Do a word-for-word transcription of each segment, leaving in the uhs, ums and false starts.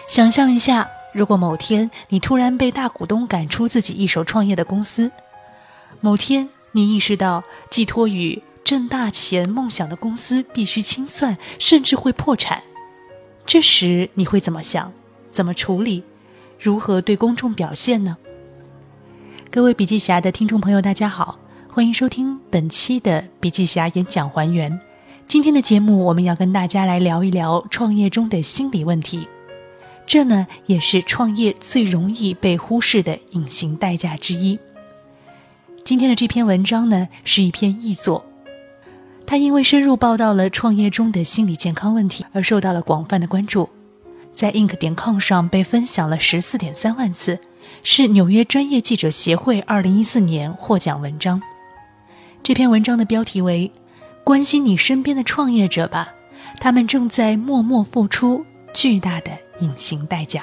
想象一下，如果某天你突然被大股东赶出自己一手创业的公司，某天你意识到寄托于挣大钱梦想的公司必须清算，甚至会破产，这时你会怎么想？怎么处理？如何对公众表现呢？各位笔记侠的听众朋友大家好，欢迎收听本期的笔记侠演讲还原。今天的节目我们要跟大家来聊一聊创业中的心理问题，这呢也是创业最容易被忽视的隐形代价之一。今天的这篇文章呢是一篇译作，它因为深入报道了创业中的心理健康问题而受到了广泛的关注，在 I N C 点 com 上被分享了 十四点三万次，是纽约专业记者协会二零一四年获奖文章。这篇文章的标题为关心你身边的创业者吧，他们正在默默付出巨大的隐形代价。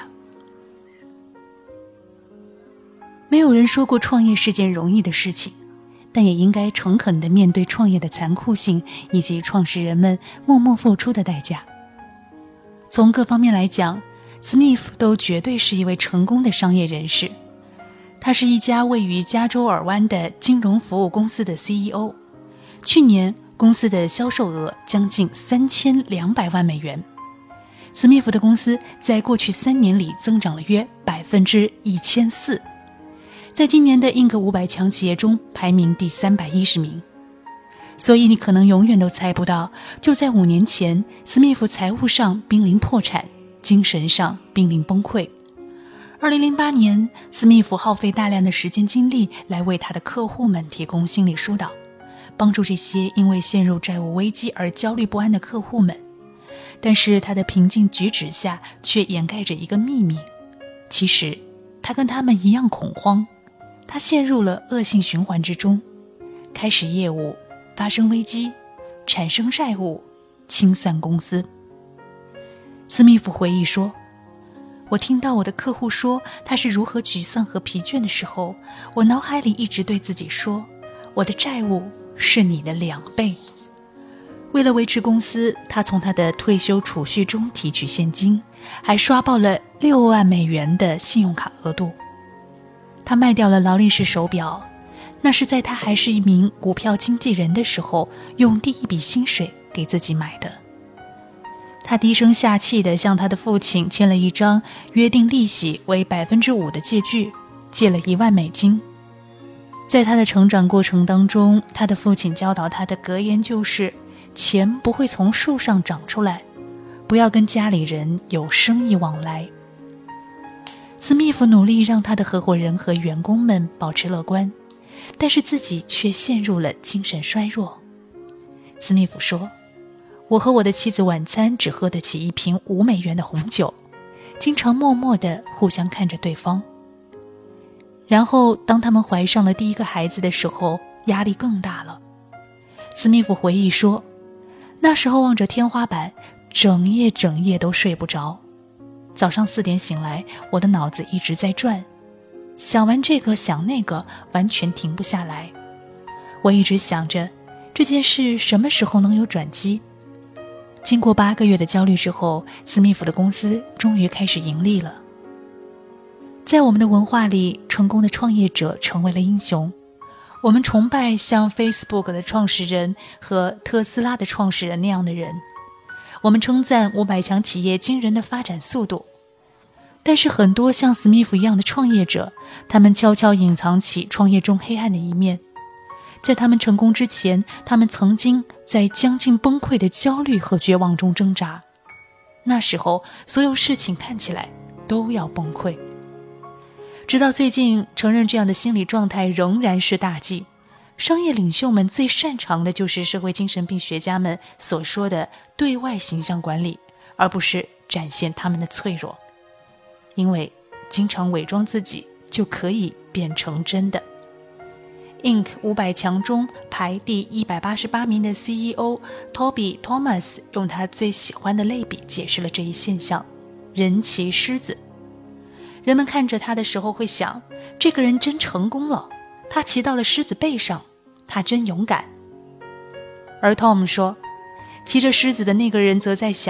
没有人说过创业是件容易的事情，但也应该诚恳地面对创业的残酷性以及创始人们默默付出的代价。从各方面来讲，史密夫都绝对是一位成功的商业人士。他是一家位于加州尔湾的金融服务公司的 C E O， 去年公司的销售额将近三千两百万美元。史密夫的公司在过去三年里增长了约百分之一千四，在今年的 I N C 五百强企业中排名第三百一十名。所以你可能永远都猜不到，就在五年前，史密夫财务上濒临破产，精神上濒临崩溃。二零零八年，史密夫耗费大量的时间精力来为他的客户们提供心理疏导，帮助这些因为陷入债务危机而焦虑不安的客户们。但是他的平静举止下却掩盖着一个秘密，其实他跟他们一样恐慌，他陷入了恶性循环之中，开始业务，发生危机，产生债务，清算公司。史密夫回忆说，我听到我的客户说他是如何沮丧和疲倦的时候，我脑海里一直对自己说，我的债务是你的两倍。为了维持公司，他从他的退休储蓄中提取现金，还刷爆了六万美元的信用卡额度。他卖掉了劳力士手表，那是在他还是一名股票经纪人的时候，用第一笔薪水给自己买的。他低声下气地向他的父亲签了一张约定利息为百分之五的借据，借了一万美金。在他的成长过程当中，他的父亲教导他的格言就是，钱不会从树上长出来，不要跟家里人有生意往来。史密夫努力让他的合伙人和员工们保持乐观，但是自己却陷入了精神衰弱。史密夫说，我和我的妻子晚餐只喝得起一瓶五美元的红酒，经常默默地互相看着对方。然后当他们怀上了第一个孩子的时候，压力更大了。史密夫回忆说，那时候望着天花板，整夜整夜都睡不着。早上四点醒来，我的脑子一直在转，想完这个想那个，完全停不下来。我一直想着这件事什么时候能有转机。经过八个月的焦虑之后，史密夫的公司终于开始盈利了。在我们的文化里，成功的创业者成为了英雄。我们崇拜像 Facebook 的创始人和特斯拉的创始人那样的人，我们称赞五百强企业惊人的发展速度。但是很多像史密夫一样的创业者，他们悄悄隐藏起创业中黑暗的一面。在他们成功之前，他们曾经在将近崩溃的焦虑和绝望中挣扎，那时候所有事情看起来都要崩溃。直到最近，承认这样的心理状态仍然是大忌。商业领袖们最擅长的就是社会精神病学家们所说的对外形象管理，而不是展现他们的脆弱。因为经常伪装自己就可以变成真的。I N C 五百强中排第一百八十八名的 C E O Toby Thomas 用他最喜欢的类比解释了这一现象：人骑狮子。人们看着他的时候会想，这个人真成功了，他骑到了狮子背上，他真勇敢。而 Tom 说，骑着狮子的那个人则在想，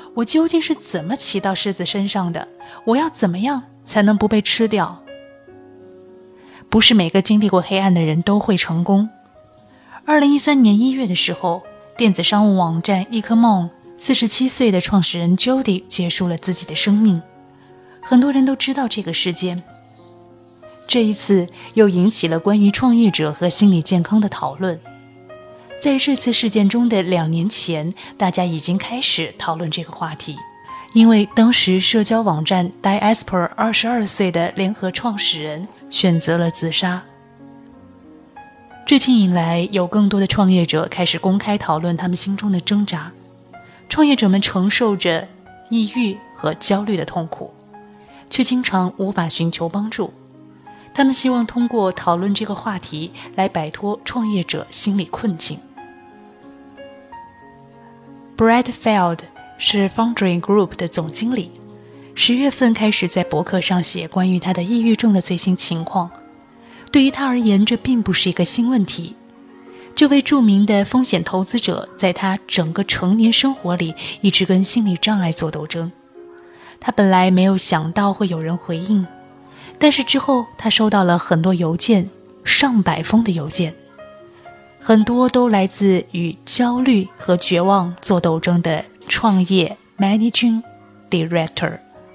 我究竟是怎么骑到狮子身上的？我要怎么样才能不被吃掉？不是每个经历过黑暗的人都会成功。二零一三年一月的时候，电子商务网站 Ecomon 四十七岁的创始人 Jody 结束了自己的生命。很多人都知道这个事件，这一次又引起了关于创业者和心理健康的讨论。在这次事件中的两年前，大家已经开始讨论这个话题，因为当时社交网站 Diaspora 二十二岁的联合创始人选择了自杀。至今以来，有更多的创业者开始公开讨论他们心中的挣扎。创业者们承受着抑郁和焦虑的痛苦，却经常无法寻求帮助。他们希望通过讨论这个话题来摆脱创业者心理困境。Brad Feld 是 Foundry Group 的总经理，十月份开始在博客上写关于他的抑郁症的最新情况。对于他而言，这并不是一个新问题。这位著名的风险投资者在他整个成年生活里一直跟心理障碍做斗争。他本来没有想到会有人回应，但是之后他收到了很多邮件，上百封的邮件，很多都来自与焦虑和绝望做斗争的创业 Managing Director。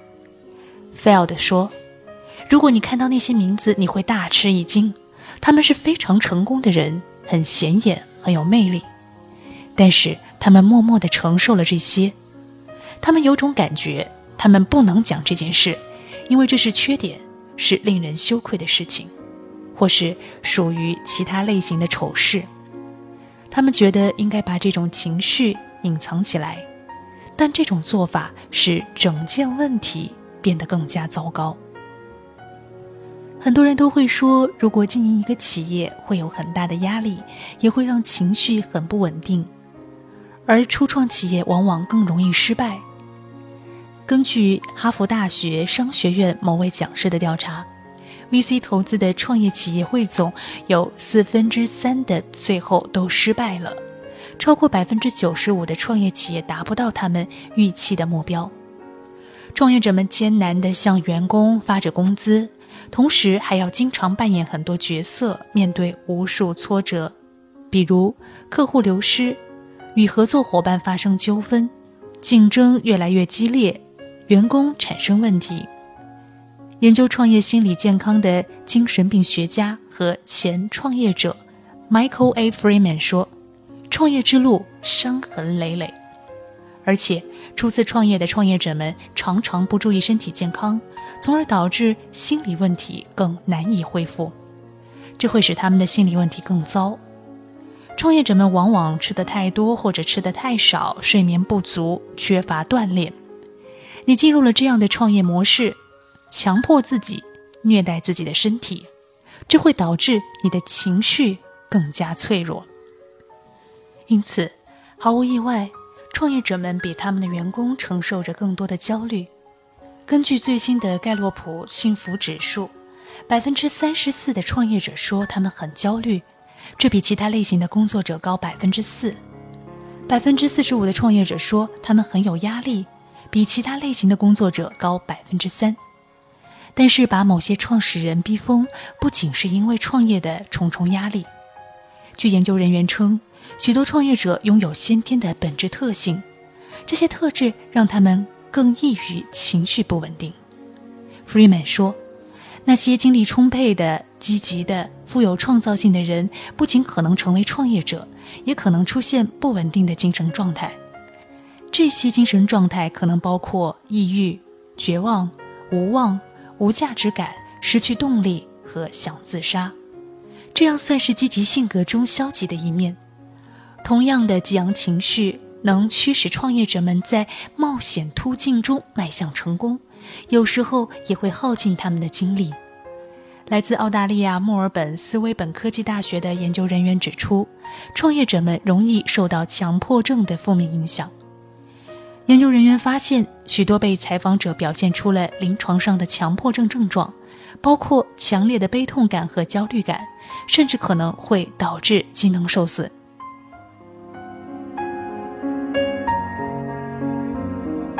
Feld 说，如果你看到那些名字，你会大吃一惊，他们是非常成功的人，很显眼，很有魅力，但是他们默默地承受了这些。他们有种感觉，他们不能讲这件事，因为这是缺点，是令人羞愧的事情，或是属于其他类型的丑事。他们觉得应该把这种情绪隐藏起来，但这种做法使整件问题变得更加糟糕。很多人都会说，如果经营一个企业会有很大的压力，也会让情绪很不稳定，而初创企业往往更容易失败。根据哈佛大学商学院某位讲师的调查， V C 投资的创业企业汇总有四分之三的最后都失败了，超过百分之九十五的创业企业达不到他们预期的目标。创业者们艰难地向员工发着工资，同时还要经常扮演很多角色，面对无数挫折，比如客户流失、与合作伙伴发生纠纷、竞争越来越激烈、员工产生问题。研究创业心理健康的精神病学家和前创业者 Michael A. Freeman 说，创业之路伤痕累累，而且初次创业的创业者们常常不注意身体健康，从而导致心理问题更难以恢复，这会使他们的心理问题更糟。创业者们往往吃得太多或者吃得太少，睡眠不足，缺乏锻炼。你进入了这样的创业模式，强迫自己，虐待自己的身体，这会导致你的情绪更加脆弱。因此，毫无意外，创业者们比他们的员工承受着更多的焦虑。根据最新的盖洛普幸福指数， 百分之三十四 的创业者说他们很焦虑，这比其他类型的工作者高 百分之四。 百分之四十五 的创业者说他们很有压力，比其他类型的工作者高 百分之三。 但是把某些创始人逼疯，不仅是因为创业的重重压力。据研究人员称，许多创业者拥有先天的本质特性，这些特质让他们更易于情绪不稳定。 Freeman 说，那些精力充沛的、积极的、富有创造性的人，不仅可能成为创业者，也可能出现不稳定的精神状态。这些精神状态可能包括抑郁、绝望、无望、无价值感、失去动力和想自杀，这样算是积极性格中消极的一面。同样的激昂情绪能驱使创业者们在冒险途径中迈向成功，有时候也会耗尽他们的精力。来自澳大利亚墨尔本斯威本科技大学的研究人员指出，创业者们容易受到强迫症的负面影响。研究人员发现，许多被采访者表现出了临床上的强迫症症状，包括强烈的悲痛感和焦虑感，甚至可能会导致机能受损。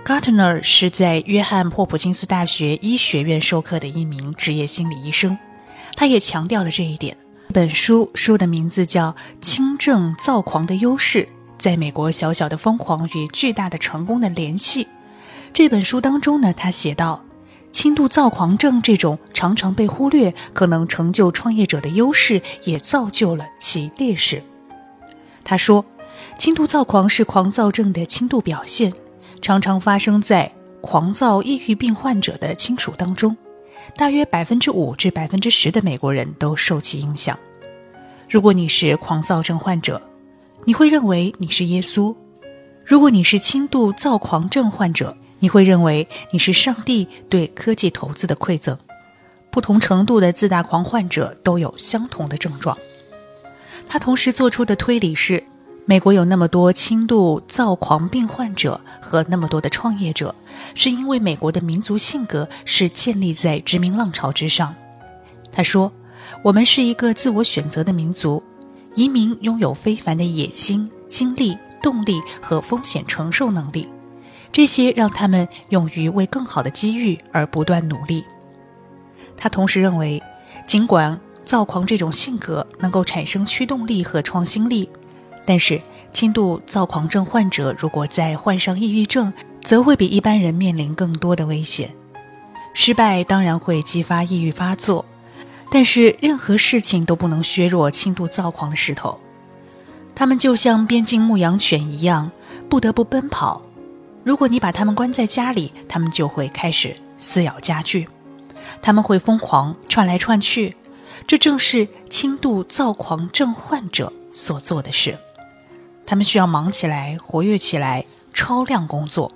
Gartner 是在约翰霍普金斯大学医学院授课的一名职业心理医生，他也强调了这一点。本书书的名字叫《轻症躁狂的优势：在美国小小的疯狂与巨大的成功的联系》。这本书当中呢，他写道，轻度躁狂症这种常常被忽略、可能成就创业者的优势，也造就了其劣势。他说，轻度躁狂是狂躁症的轻度表现，常常发生在狂躁抑郁病患者的亲属当中，大约 百分之五 至 百分之十 的美国人都受其影响。如果你是狂躁症患者，你会认为你是耶稣；如果你是轻度躁狂症患者，你会认为你是上帝对科技投资的馈赠。不同程度的自大狂患者都有相同的症状。他同时做出的推理是，美国有那么多轻度躁狂病患者和那么多的创业者，是因为美国的民族性格是建立在殖民浪潮之上。他说，我们是一个自我选择的民族，移民拥有非凡的野心、精力、动力和风险承受能力，这些让他们勇于为更好的机遇而不断努力。他同时认为，尽管躁狂这种性格能够产生驱动力和创新力，但是轻度躁狂症患者如果再患上抑郁症，则会比一般人面临更多的危险。失败当然会激发抑郁发作，但是任何事情都不能削弱轻度躁狂的势头。他们就像边境牧羊犬一样，不得不奔跑。如果你把他们关在家里，他们就会开始撕咬家具，他们会疯狂窜来窜去，这正是轻度躁狂症患者所做的事。他们需要忙起来，活跃起来，超量工作。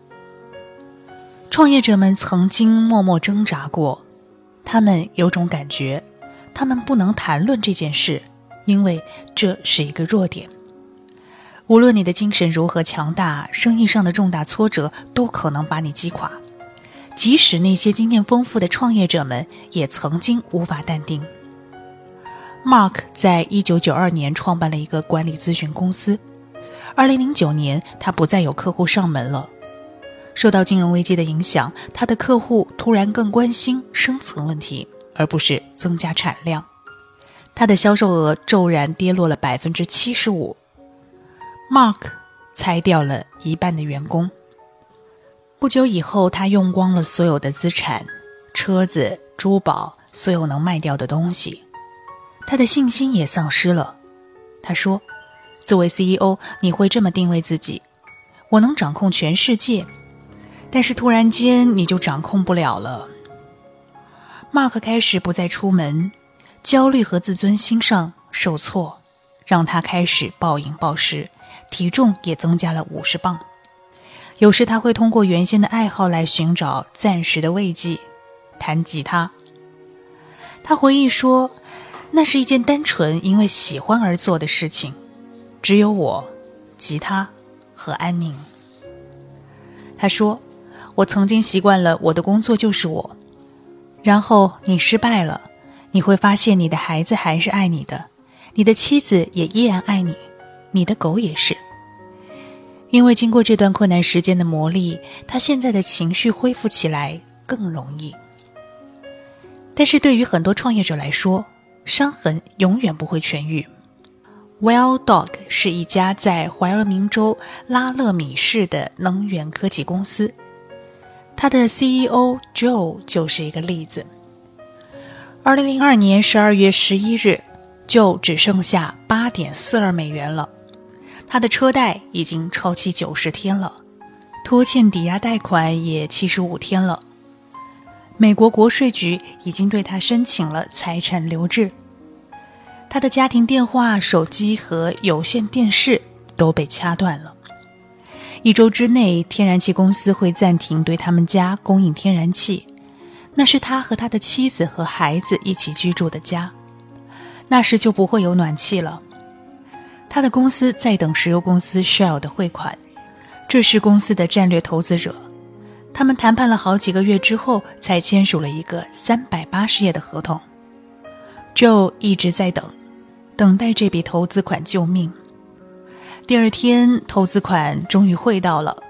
创业者们曾经默默挣扎过，他们有种感觉，他们不能谈论这件事，因为这是一个弱点。无论你的精神如何强大，生意上的重大挫折都可能把你击垮。即使那些经验丰富的创业者们也曾经无法淡定。Mark 在一九九二年创办了一个管理咨询公司。二零零九年，他不再有客户上门了。受到金融危机的影响，他的客户突然更关心生存问题，而不是增加产量。他的销售额骤然跌落了 百分之七十五。Mark 裁掉了一半的员工。不久以后，他用光了所有的资产，车子、珠宝，所有能卖掉的东西。他的信心也丧失了。他说，作为 C E O， 你会这么定位自己，我能掌控全世界，但是突然间你就掌控不了了。Mark 开始不再出门，焦虑和自尊心上受挫，让他开始暴饮暴食，体重也增加了五十磅。有时他会通过原先的爱好来寻找暂时的慰藉，弹吉他。他回忆说，那是一件单纯因为喜欢而做的事情，只有我、吉他和安宁。他说，我曾经习惯了我的工作就是我。然后你失败了，你会发现你的孩子还是爱你的，你的妻子也依然爱你，你的狗也是。因为经过这段困难时间的磨砺，他现在的情绪恢复起来更容易。但是对于很多创业者来说，伤痕永远不会痊愈。Wild Dog 是一家在怀俄明州拉勒米市的能源科技公司，他的 C E O Joe 就是一个例子。二零零二年十二月十一日， Joe 只剩下 八点四二美元了。他的车贷已经超期九十天了，拖欠抵押贷款也七十五天了。美国国税局已经对他申请了财产留置。他的家庭电话、手机和有线电视都被掐断了。一周之内，天然气公司会暂停对他们家供应天然气，那是他和他的妻子和孩子一起居住的家，那时就不会有暖气了。他的公司在等石油公司 Shell 的汇款，这是公司的战略投资者。他们谈判了好几个月之后，才签署了一个三百八十页的合同。Joe 一直在等，等待这笔投资款救命。第二天，投资款终于汇到了，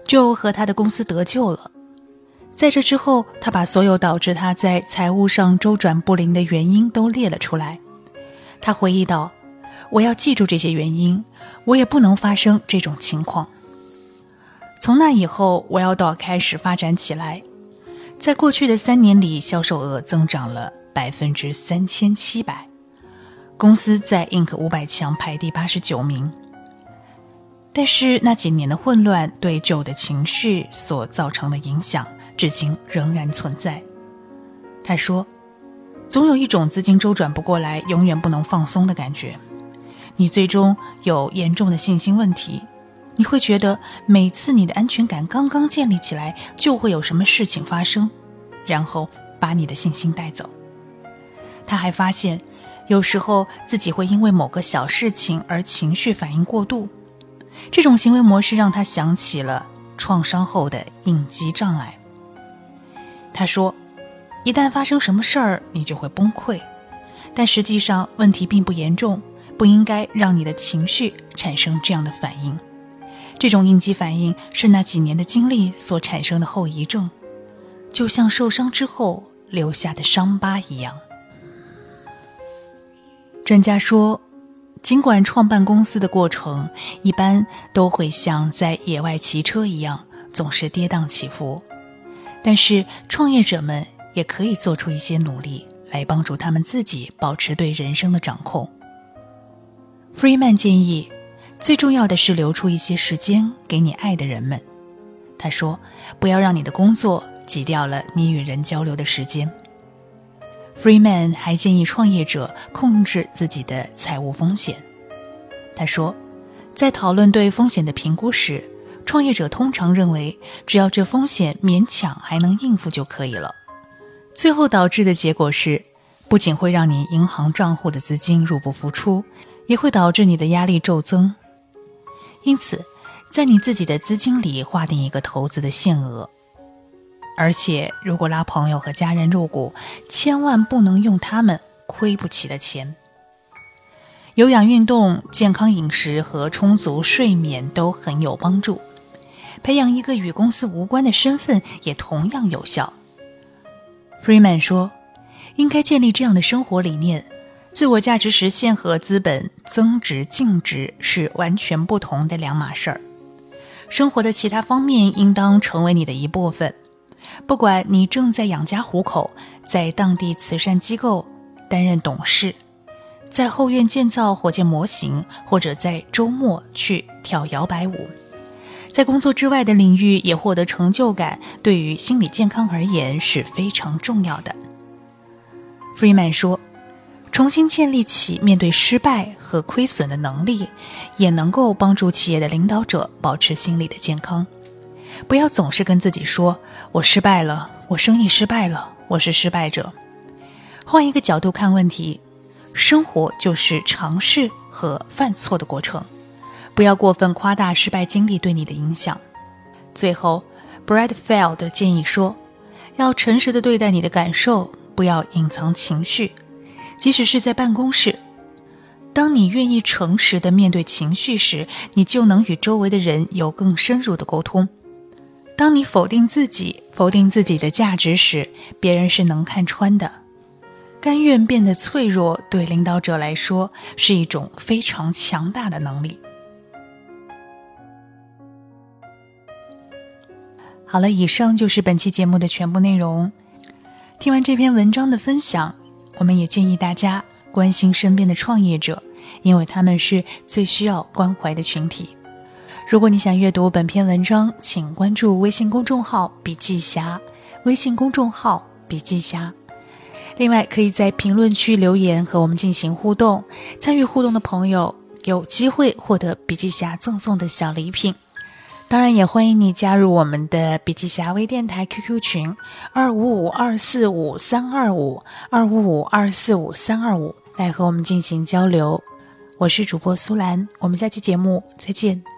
就和他的公司得救了。在这之后，他把所有导致他在财务上周转不灵的原因都列了出来。他回忆道，我要记住这些原因，我也不能发生这种情况。从那以后，我要岛开始发展起来。在过去的三年里，销售额增长了百分之三千七百，公司在 I N C 五百 强排第八十九名。但是那几年的混乱对 Joe 的情绪所造成的影响，至今仍然存在。他说，总有一种资金周转不过来，永远不能放松的感觉。你最终有严重的信心问题，你会觉得每次你的安全感刚刚建立起来，就会有什么事情发生，然后把你的信心带走。他还发现，有时候自己会因为某个小事情而情绪反应过度，这种行为模式让他想起了创伤后的应激障碍。他说，一旦发生什么事儿，你就会崩溃，但实际上问题并不严重，不应该让你的情绪产生这样的反应。这种应激反应是那几年的经历所产生的后遗症，就像受伤之后留下的伤疤一样。专家说，尽管创办公司的过程一般都会像在野外骑车一样，总是跌宕起伏，但是创业者们也可以做出一些努力来帮助他们自己保持对人生的掌控。Freeman 建议，最重要的是留出一些时间给你爱的人们。他说，不要让你的工作挤掉了你与人交流的时间。Freeman 还建议创业者控制自己的财务风险。他说，在讨论对风险的评估时，创业者通常认为只要这风险勉强还能应付就可以了。最后导致的结果是，不仅会让你银行账户的资金入不敷出，也会导致你的压力骤增。因此，在你自己的资金里划定一个投资的限额。而且，如果拉朋友和家人入股，千万不能用他们亏不起的钱。有氧运动、健康饮食和充足睡眠都很有帮助。培养一个与公司无关的身份也同样有效。Freeman 说，应该建立这样的生活理念，自我价值实现和资本增值净值是完全不同的两码事儿。生活的其他方面应当成为你的一部分。不管你正在养家糊口，在当地慈善机构担任董事，在后院建造火箭模型，或者在周末去跳摇摆舞，在工作之外的领域也获得成就感，对于心理健康而言是非常重要的。Freeman 说，重新建立起面对失败和亏损的能力，也能够帮助企业的领导者保持心理的健康。不要总是跟自己说，我失败了，我生意失败了，我是失败者。换一个角度看问题，生活就是尝试和犯错的过程，不要过分夸大失败经历对你的影响。最后 Brad Feld 建议说，要诚实地对待你的感受，不要隐藏情绪，即使是在办公室。当你愿意诚实地面对情绪时，你就能与周围的人有更深入的沟通。当你否定自己，否定自己的价值时，别人是能看穿的。甘愿变得脆弱，对领导者来说是一种非常强大的能力。好了，以上就是本期节目的全部内容。听完这篇文章的分享，我们也建议大家关心身边的创业者，因为他们是最需要关怀的群体。如果你想阅读本篇文章，请关注微信公众号笔记侠，微信公众号笔记侠。另外，可以在评论区留言和我们进行互动，参与互动的朋友有机会获得笔记侠赠送的小礼品。当然，也欢迎你加入我们的笔记侠微电台 Q Q 群二五五二四五三二五 二五五二四五三二五，来和我们进行交流。我是主播苏兰，我们下期节目再见。